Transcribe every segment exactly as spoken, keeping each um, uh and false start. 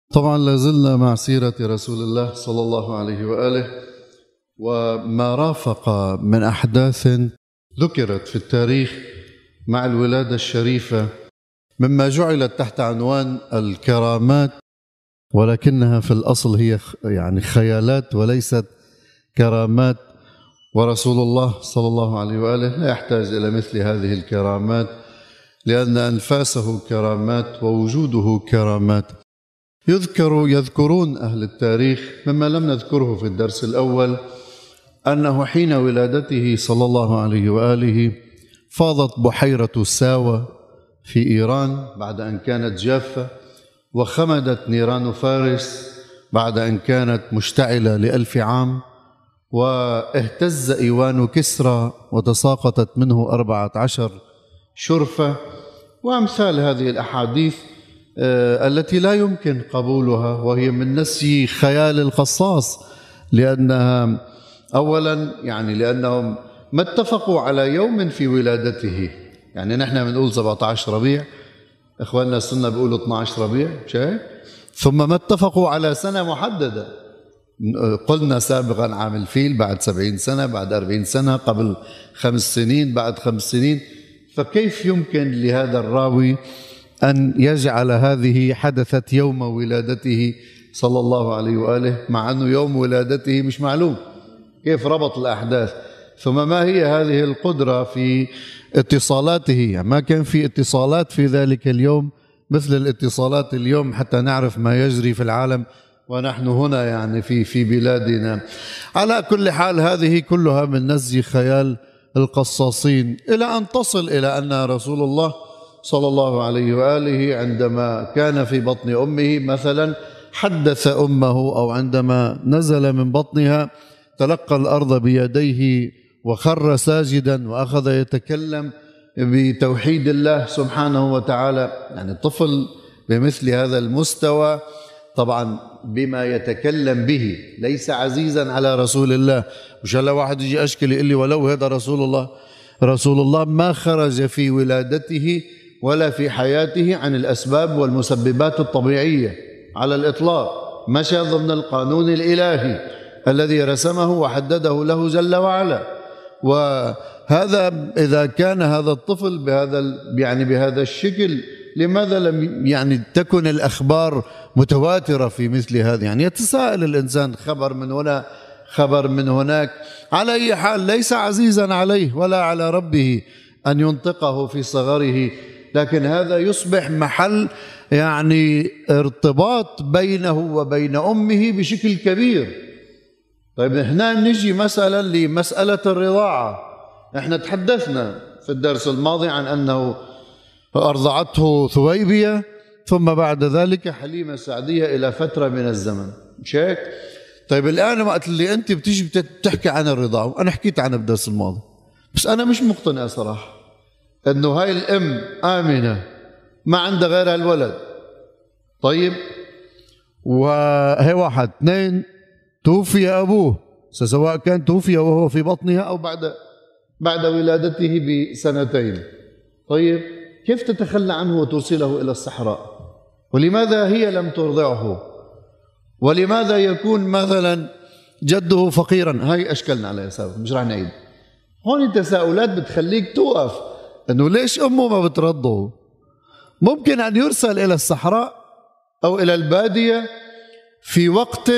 طبعا لازلنا مع سيرة رسول الله صلى الله عليه وآله، وما رافق من أحداث ذكرت في التاريخ مع الولادة الشريفة مما جعلت تحت عنوان الكرامات، ولكنها في الأصل هي يعني خيالات وليست كرامات. ورسول الله صلى الله عليه وآله لا يحتاج إلى مثل هذه الكرامات، لأن أنفاسه كرامات ووجوده كرامات. يذكر يذكرون أهل التاريخ مما لم نذكره في الدرس الأول أنه حين ولادته صلى الله عليه وآله فاضت بحيرة ساوة في إيران بعد أن كانت جافة، وخمدت نيران فارس بعد أن كانت مشتعلة لألف عام، واهتز إيوان كسرى وتساقطت منه أربعة عشر شرفة، وأمثال هذه الأحاديث التي لا يمكن قبولها، وهي من نسي خيال القصاص، لأنها أولا يعني لأنهم ما اتفقوا على يوم في ولادته. يعني نحن بنقول سبعة عشر ربيع، إخواننا السنة بيقولوا اثني عشر ربيع، شايف؟ ثم ما اتفقوا على سنة محددة. قلنا سابقا عام الفيل بعد سبعين سنة، بعد أربعين سنة، قبل خمس سنين، بعد خمس سنين. فكيف يمكن لهذا الراوي أن يجعل هذه حدثت يوم ولادته صلى الله عليه وآله، مع أنه يوم ولادته مش معلوم؟ كيف ربط الأحداث؟ ثم ما هي هذه القدرة في اتصالاته؟ يعني ما كان في اتصالات في ذلك اليوم مثل الاتصالات اليوم حتى نعرف ما يجري في العالم ونحن هنا يعني في في بلادنا. على كل حال هذه كلها من نزي خيال القصاصين، إلى أن تصل إلى أن رسول الله صلى الله عليه وآله عندما كان في بطن أمه مثلا حدث أمه، أو عندما نزل من بطنها تلقى الأرض بيديه وخر ساجدا وأخذ يتكلم بتوحيد الله سبحانه وتعالى. يعني طفل بمثل هذا المستوى طبعا بما يتكلم به ليس عزيزا على رسول الله. مش هلا واحد يجي أشكل يقول لي ولو هذا رسول الله. رسول الله ما خرج في ولادته ولا في حياته عن الأسباب والمسببات الطبيعية على الإطلاق، مشى ضمن القانون الإلهي الذي رسمه وحدده له جل وعلا. وهذا إذا كان هذا الطفل بهذا يعني بهذا الشكل، لماذا لم يعني تكن الأخبار متواترة في مثل هذا؟ يعني يتساءل الإنسان، خبر من هنا خبر من هناك. على أي حال ليس عزيزا عليه ولا على ربه أن ينطقه في صغره، لكن هذا يصبح محل يعني ارتباط بينه وبين أمه بشكل كبير. طيب هنا نجي مثلا لمسألة الرضاعة. احنا تحدثنا في الدرس الماضي عن أنه أرضعته ثويبية، ثم بعد ذلك حليمة السعدية إلى فترة من الزمن، مش هيك؟ طيب الآن وقت اللي أنت بتيجي بتحكي عن الرضاعة، وأنا حكيت عنها بالدرس الماضي، بس أنا مش مقتنع صراحة أنه هاي الأم آمنة ما عندها غير الولد. طيب وهي واحد اثنين توفي أبوه، سواء كان توفي وهو في بطنها أو بعد بعد ولادته بسنتين. طيب كيف تتخلى عنه وتوصله إلى الصحراء؟ ولماذا هي لم ترضعه؟ ولماذا يكون مثلا جده فقيرا؟ هاي أشكلنا عليها سابقا، مش رح نعيد. هون التساؤلات بتخليك توقف، أنه ليش أمه ما بترضعه؟ ممكن أن يرسل إلى الصحراء أو إلى البادية في وقت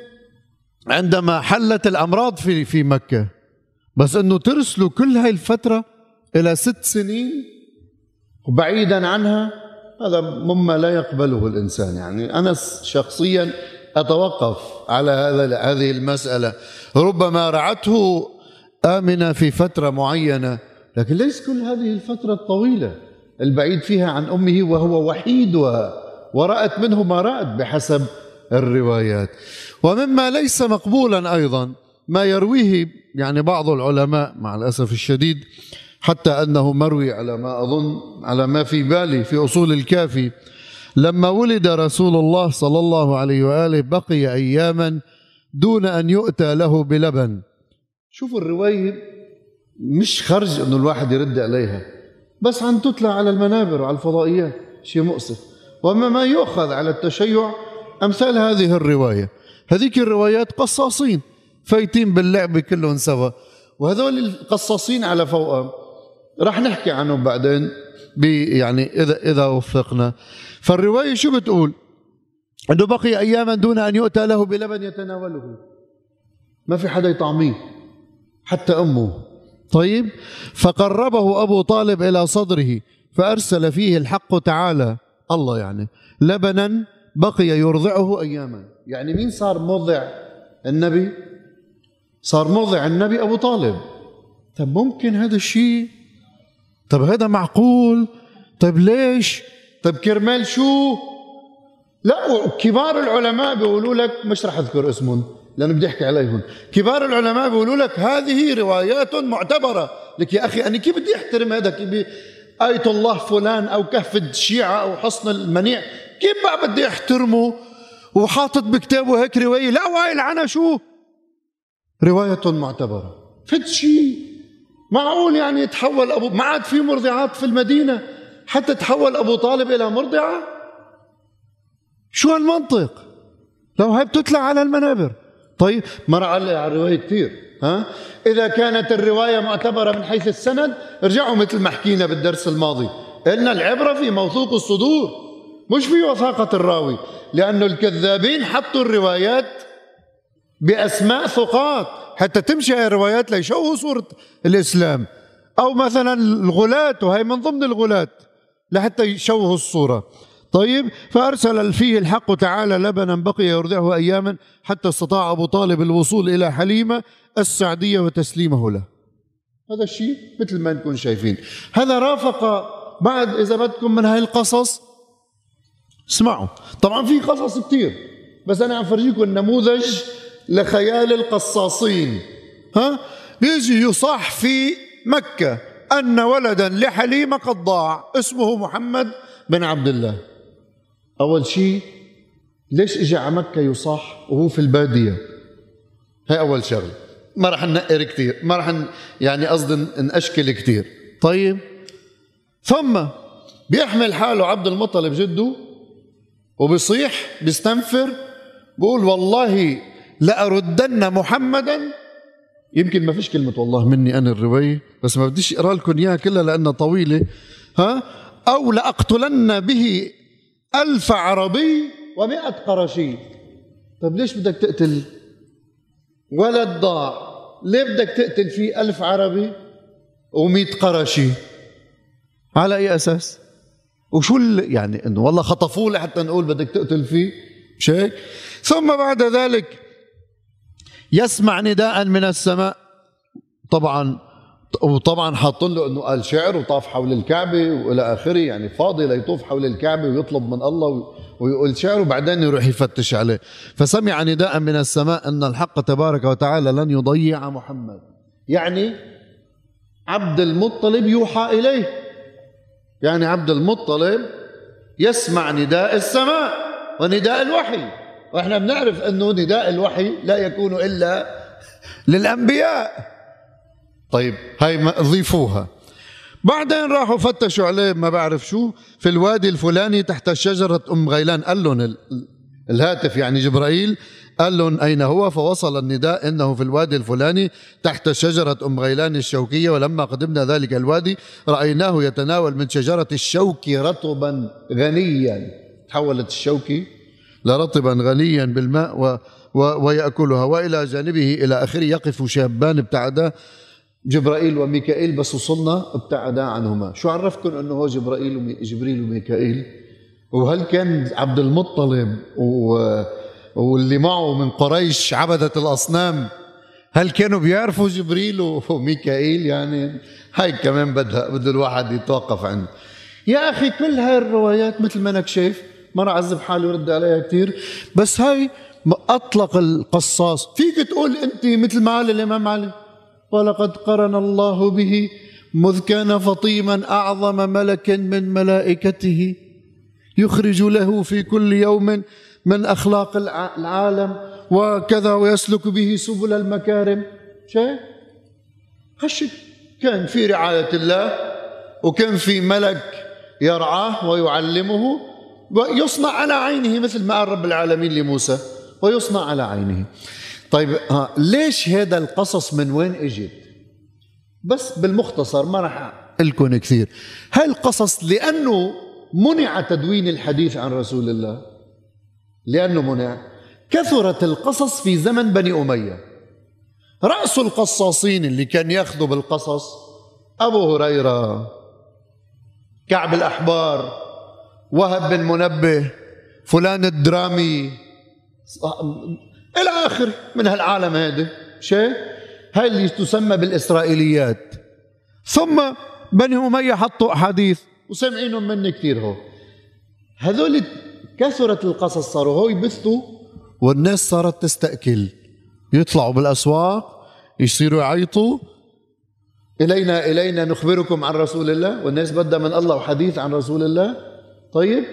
عندما حلت الأمراض في في مكة، بس أنه ترسلوا كل هاي الفترة إلى ست سنين وبعيدا عنها، هذا مما لا يقبله الإنسان. يعني أنا شخصيا أتوقف على هذا هذه المسألة. ربما رعته آمنة في فترة معينة، لكن ليس كل هذه الفترة الطويلة البعيد فيها عن أمه وهو وحيدها، ورأت منه ما رأت بحسب الروايات. ومما ليس مقبولا أيضا ما يرويه يعني بعض العلماء مع الأسف الشديد، حتى أنه مروي على ما أظن على ما في بالي في أصول الكافي، لما ولد رسول الله صلى الله عليه وآله بقي أياما دون أن يؤتى له بلبن. شوفوا الرواية مش خرج أنه الواحد يرد عليها، بس عن تتلى على المنابر وعلى الفضائيات، شيء مؤسف. وما ما يؤخذ على التشيع أمثال هذه الرواية. هذيك الروايات قصاصين فايتين باللعب كلهم سوا، وهذول القصاصين على فوقهم راح نحكي عنهم بعدين يعني إذا إذا وفقنا. فالرواية شو بتقول؟ أنه بقي أياما دون أن يؤتى له بلبن يتناوله، ما في حدا يطعميه حتى أمه. طيب، فقربه أبو طالب إلى صدره فأرسل فيه الحق تعالى، الله يعني، لبنا بقي يرضعه أياما. يعني مين صار مرضع النبي؟ صار مرضع النبي أبو طالب. طب ممكن هذا الشيء؟ طب هذا معقول؟ طب ليش؟ طب كرمال شو؟ لا، كبار العلماء بيقولوا لك، مش رح أذكر اسمهم لأنه بدي أحكي عليهم، كبار العلماء بيقولوا لك هذه روايات معتبرة. لك يا أخي أنا كيف بدي أحترم هذا؟ كيف آية الله فلان أو كهف الشيعة أو حصن المنيع، كيف بقى بدي أحترمه وحاطط بكتابه هيك رواية؟ لا وايل عنها شو؟ رواية معتبرة. فد شيء معقول يعني يتحول أبو، ما عاد في مرضعات في المدينة حتى تحول أبو طالب إلى مرضعة؟ شو هالمنطق؟ لو هي بتطلع على المنابر. طيب ما راح أعلق على الرواية كثير، ها؟ إذا كانت الرواية معتبرة من حيث السند، ارجعوا مثل ما حكينا بالدرس الماضي، قلنا العبرة في موثوق الصدور مش في وثاقة الراوي، لأنه الكذابين حطوا الروايات بأسماء ثقات حتى تمشي هاي الروايات ليشوهوا صورة الإسلام، أو مثلا الغلاة، وهي من ضمن الغلاة، لحتى يشوهوا الصورة. طيب، فأرسل فيه الحق تعالى لبنا بقي يرضعه أياما حتى استطاع أبو طالب الوصول إلى حليمة السعدية وتسليمه له. هذا الشيء مثل ما نكون شايفين. هذا رافق بعد، إذا بدكم، من هاي القصص اسمعوا. طبعا في قصص كتير، بس أنا عم فرجيكم النموذج لخيال القصاصين. ها، يجي يصح في مكة أن ولدا لحليمة قد ضاع اسمه محمد بن عبد الله. أول شيء ليش إجا على مكة يصح وهو في البادية؟ هي أول شغلة. ما رح ننقر كتير، ما رح يعني قصدي نأشكل كتير. طيب، ثم بيحمل حاله عبد المطلب جده وبيصيح بيستنفر، بقول والله لأردن محمدا. يمكن ما فيش كلمة والله مني أنا الرواية، بس ما بديش أقرأ لكم إياها كلها لأنها طويلة. ها، أو لأقتلن به ألف عربي ومئة قرشي. طيب ليش بدك تقتل ولد ضاع؟ ليه بدك تقتل فيه ألف عربي ومئة قرشي؟ على أي أساس؟ وشو يعني إنه والله خطفوه لحتى نقول بدك تقتل فيه؟ مش هيك؟ ثم بعد ذلك يسمع نداء من السماء، طبعا وطبعا حاطين له انه قال شعر وطاف حول الكعبه والى اخره، يعني فاضي ليطوف حول الكعبه ويطلب من الله ويقول شعر وبعدين يروح يفتش عليه. فسمع نداء من السماء ان الحق تبارك وتعالى لن يضيع محمد. يعني عبد المطلب يوحى اليه، يعني عبد المطلب يسمع نداء السماء ونداء الوحي، واحنا بنعرف انه نداء الوحي لا يكون الا للانبياء. طيب هاي ضيفوها. بعدين راحوا فتشوا عليه ما بعرف شو في الوادي الفلاني تحت شجرة أم غيلان. قال لهم الهاتف يعني جبرائيل قال لهم أين هو، فوصل النداء إنه في الوادي الفلاني تحت شجرة أم غيلان الشوكية. ولما قدمنا ذلك الوادي رأيناه يتناول من شجرة الشوك رطبا غنيا، تحولت الشوكي لرطبا غنيا بالماء و و ويأكلها، وإلى جانبه إلى آخره يقف شابان ابتعدا جبرائيل وميكائيل، بس وصلنا ابتعدا عنهما. شو عرفكم انه هو جبرائيل وجبريل وميكائيل؟ وهل كان عبد المطلب و... واللي معه من قريش عبدة الأصنام هل كانوا بيعرفوا جبريل وميكائيل؟ يعني هاي كمان بدها بده الواحد يتوقف عنه. يا أخي كل هاي الروايات مثل ما أنك شايف ما راح أعذب حالي ورد عليها كتير، بس هاي أطلق القصاص. فيك تقول أنت مثل ما قال الإمام علي ولقد قرن الله به مذ كان فطيما أعظم ملك من ملائكته يخرج له في كل يوم من أخلاق العالم وكذا ويسلك به سبل المكارم. شيء هالشيء كان في رعاية الله، وكان في ملك يرعاه ويعلمه، ويصنع على عينه مثل ما قال رب العالمين لموسى ويصنع على عينه. طيب ها ليش هذا القصص من وين اجت؟ بس بالمختصر ما راح لكم كثير. هاي القصص لأنه منع تدوين الحديث عن رسول الله، لأنه منع كثرت القصص في زمن بني أمية. رأس القصاصين اللي كان يأخذوا بالقصص أبو هريرة، كعب الأحبار، وهب بن منبه، فلان الدرامي إلى آخر من هالعالم. هذا شيء هاي اللي تسمى بالإسرائيليات. ثم بني أمية حطوا أحاديث وسمعينهم مني كثير. هو هذول كثرت القصص، صاروا هو يبثوا والناس صارت تستأكل، يطلعوا بالأسواق يصيروا يعيطوا إلينا إلينا نخبركم عن رسول الله، والناس بدها من الله وحديث عن رسول الله. طيب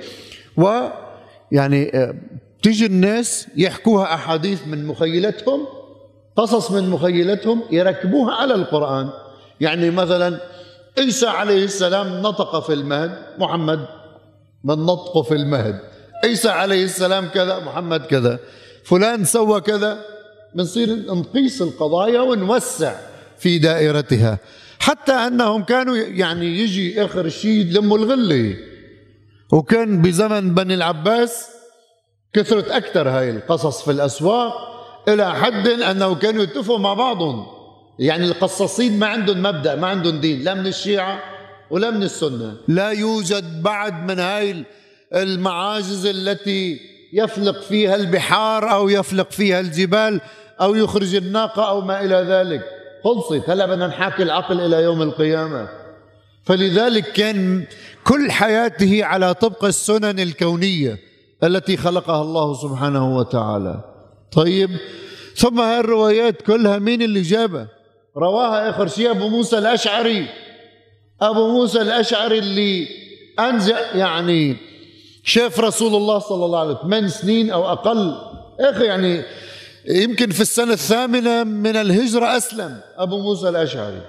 ويعني تيجي الناس يحكوها أحاديث من مخيلتهم، قصص من مخيلتهم يركبوها على القرآن. يعني مثلا عيسى عليه السلام نطق في المهد، محمد من نطقه في المهد. عيسى عليه السلام كذا، محمد كذا. فلان سوى كذا. بنصير نقيس القضايا ونوسع في دائرتها، حتى أنهم كانوا يعني يجي آخر شيء يلموا الغلة. وكان بزمن بني العباس كثرت أكثر هاي القصص في الأسواق، إلى حد أنه كانوا يتفقوا مع بعضهم. يعني القصاصين ما عندهم مبدأ، ما عندهم دين، لا من الشيعة ولا من السنة. لا يوجد بعد من هاي المعاجز التي يفلق فيها البحار أو يفلق فيها الجبال أو يخرج الناقة أو ما إلى ذلك. خلصت. هلا بدنا نحاكي العقل إلى يوم القيامة. فلذلك كان كل حياته على طبق السنن الكونية التي خلقها الله سبحانه وتعالى. طيب ثم هاي الروايات كلها مين اللي جابها؟ رواها آخر شيء أبو موسى الأشعري. أبو موسى الأشعري اللي أنجأ يعني شاف رسول الله صلى الله عليه وسلم ثمان سنين أو أقل. أخي يعني يمكن في السنة الثامنة من الهجرة أسلم أبو موسى الأشعري.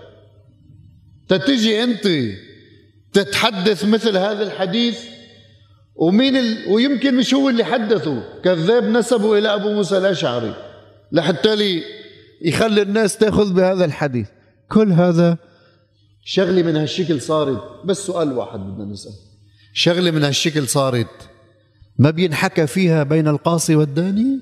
تتجي أنت تتحدث مثل هذا الحديث، ومين ال... ويمكن مش هو اللي حدثه، كذاب نسبه إلى أبو موسى الأشعري لحتى لي يخلي الناس تأخذ بهذا الحديث. كل هذا شغلة من هالشكل صارت. بس سؤال واحد بدنا نسأل، شغلة من هالشكل صارت ما بينحكى فيها بين القاصي والداني؟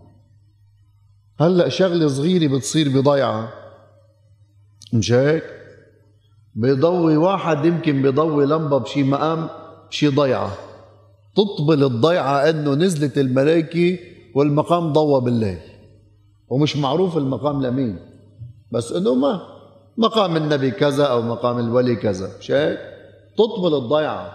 هلأ شغلة صغيرة بتصير بضيعة، مش هيك؟ بيضوي واحد يمكن بيضوي لمبة بشي مقام بشي ضيعة، تطبل الضيعة انه نزلت الملائكة والمقام ضوى بالليل، ومش معروف المقام لمين، بس انه ما مقام النبي كذا او مقام الولي كذا، مش هيك؟ تطبل الضيعة.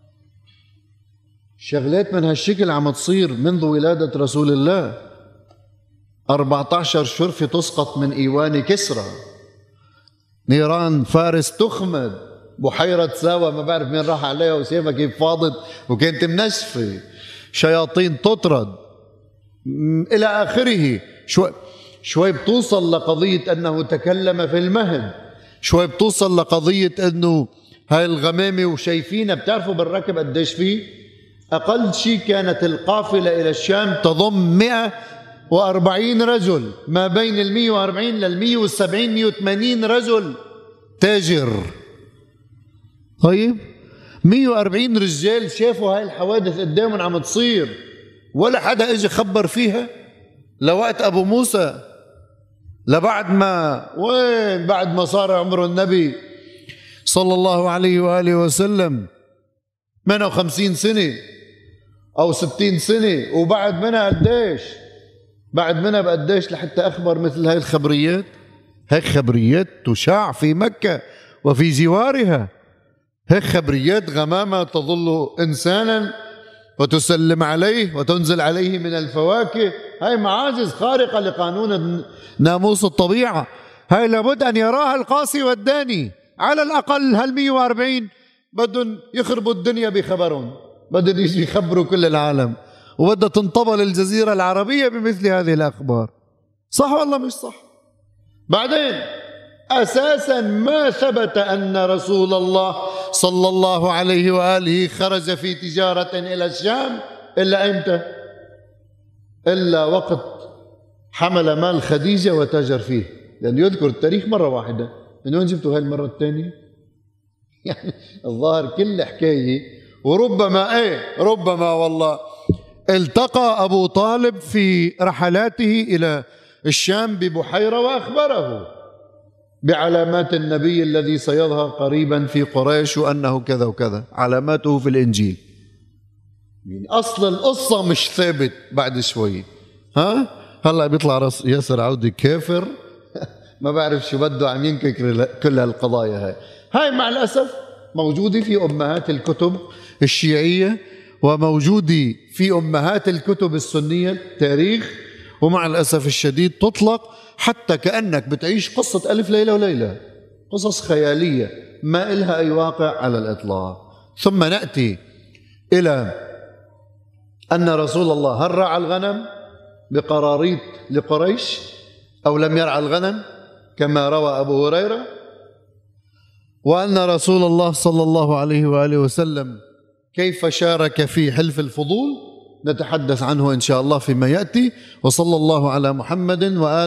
شغلات من هالشكل عم تصير منذ ولادة رسول الله. أربعة عشر شرفة تسقط من إيوان كسرى، نيران فارس تخمد، بحيرة ساوى ما بعرف مين راح عليها وسيفها كيف فاضت وكانت منشفة، شياطين تطرد إلى آخره. شوي شوي بتوصل لقضية أنه تكلم في المهد، شوي بتوصل لقضية أنه هاي الغمامة وشايفينها. بتعرفوا بالركب قديش فيه؟ أقل شيء كانت القافلة إلى الشام تضم مئة وأربعين رجل، ما بين المئة وأربعين للمئة والسبعين مئة وثمانين رجل تاجر. طيب مئة وأربعين رجال شافوا هاي الحوادث قدامهم عم تصير، ولا حدا اجى خبر فيها لوقت أبو موسى، لبعد ما وين بعد ما صار عمر النبي صلى الله عليه وآله وسلم ثمانية وخمسين سنة أو ستين سنة، وبعد منها قديش؟ بعد منها بقديش لحتى أخبر مثل هاي الخبريات؟ هيك خبريات تشاع في مكة وفي جوارها، هيك خبريات غمامة تظل إنسانا وتسلم عليه وتنزل عليه من الفواكه. هاي معاجز خارقة لقانون ناموس الطبيعة، هاي لابد أن يراها القاصي والداني. على الأقل هال مئة وأربعين بدهم يخربوا الدنيا بخبرهم، بدهم يجي يخبروا كل العالم، وبدها تنطبل الجزيرة العربية بمثل هذه الأخبار. صح ولا مش صح؟ بعدين أساسا ما ثبت أن رسول الله صلى الله عليه وآله خرج في تجارة إلى الشام إلا إمتى؟ إلا وقت حمل مال خديجة وتاجر فيه، لأنه يذكر التاريخ مرة واحدة. من وين جبتوا هاي المرة الثانية؟ يعني الظاهر كل حكاية. وربما ايه ربما والله التقى أبو طالب في رحلاته إلى الشام ببحيرة وأخبره بعلامات النبي الذي سيظهر قريبا في قريش وأنه كذا وكذا، علاماته في الإنجيل. من أصل القصة مش ثابت بعد شوي. ها هلا بيطلع رأس ياسر عودي كافر ما بعرف شو بده عم ينكر كل هالقضايا هاي. هاي مع الأسف موجودة في أمهات الكتب الشيعية وموجودة في أمهات الكتب السنية التاريخ، ومع الأسف الشديد تطلق حتى كأنك بتعيش قصة ألف ليلة وليلة، قصص خيالية ما إلها أي واقع على الإطلاق. ثم نأتي إلى أن رسول الله هل رعى الغنم بقراريط لقريش أو لم يرعى الغنم كما روى أبو هريرة، وأن رسول الله صلى الله عليه وآله وسلم كيف شارك في حلف الفضول، نتحدث عنه إن شاء الله فيما يأتي. وصلى الله على محمد وآله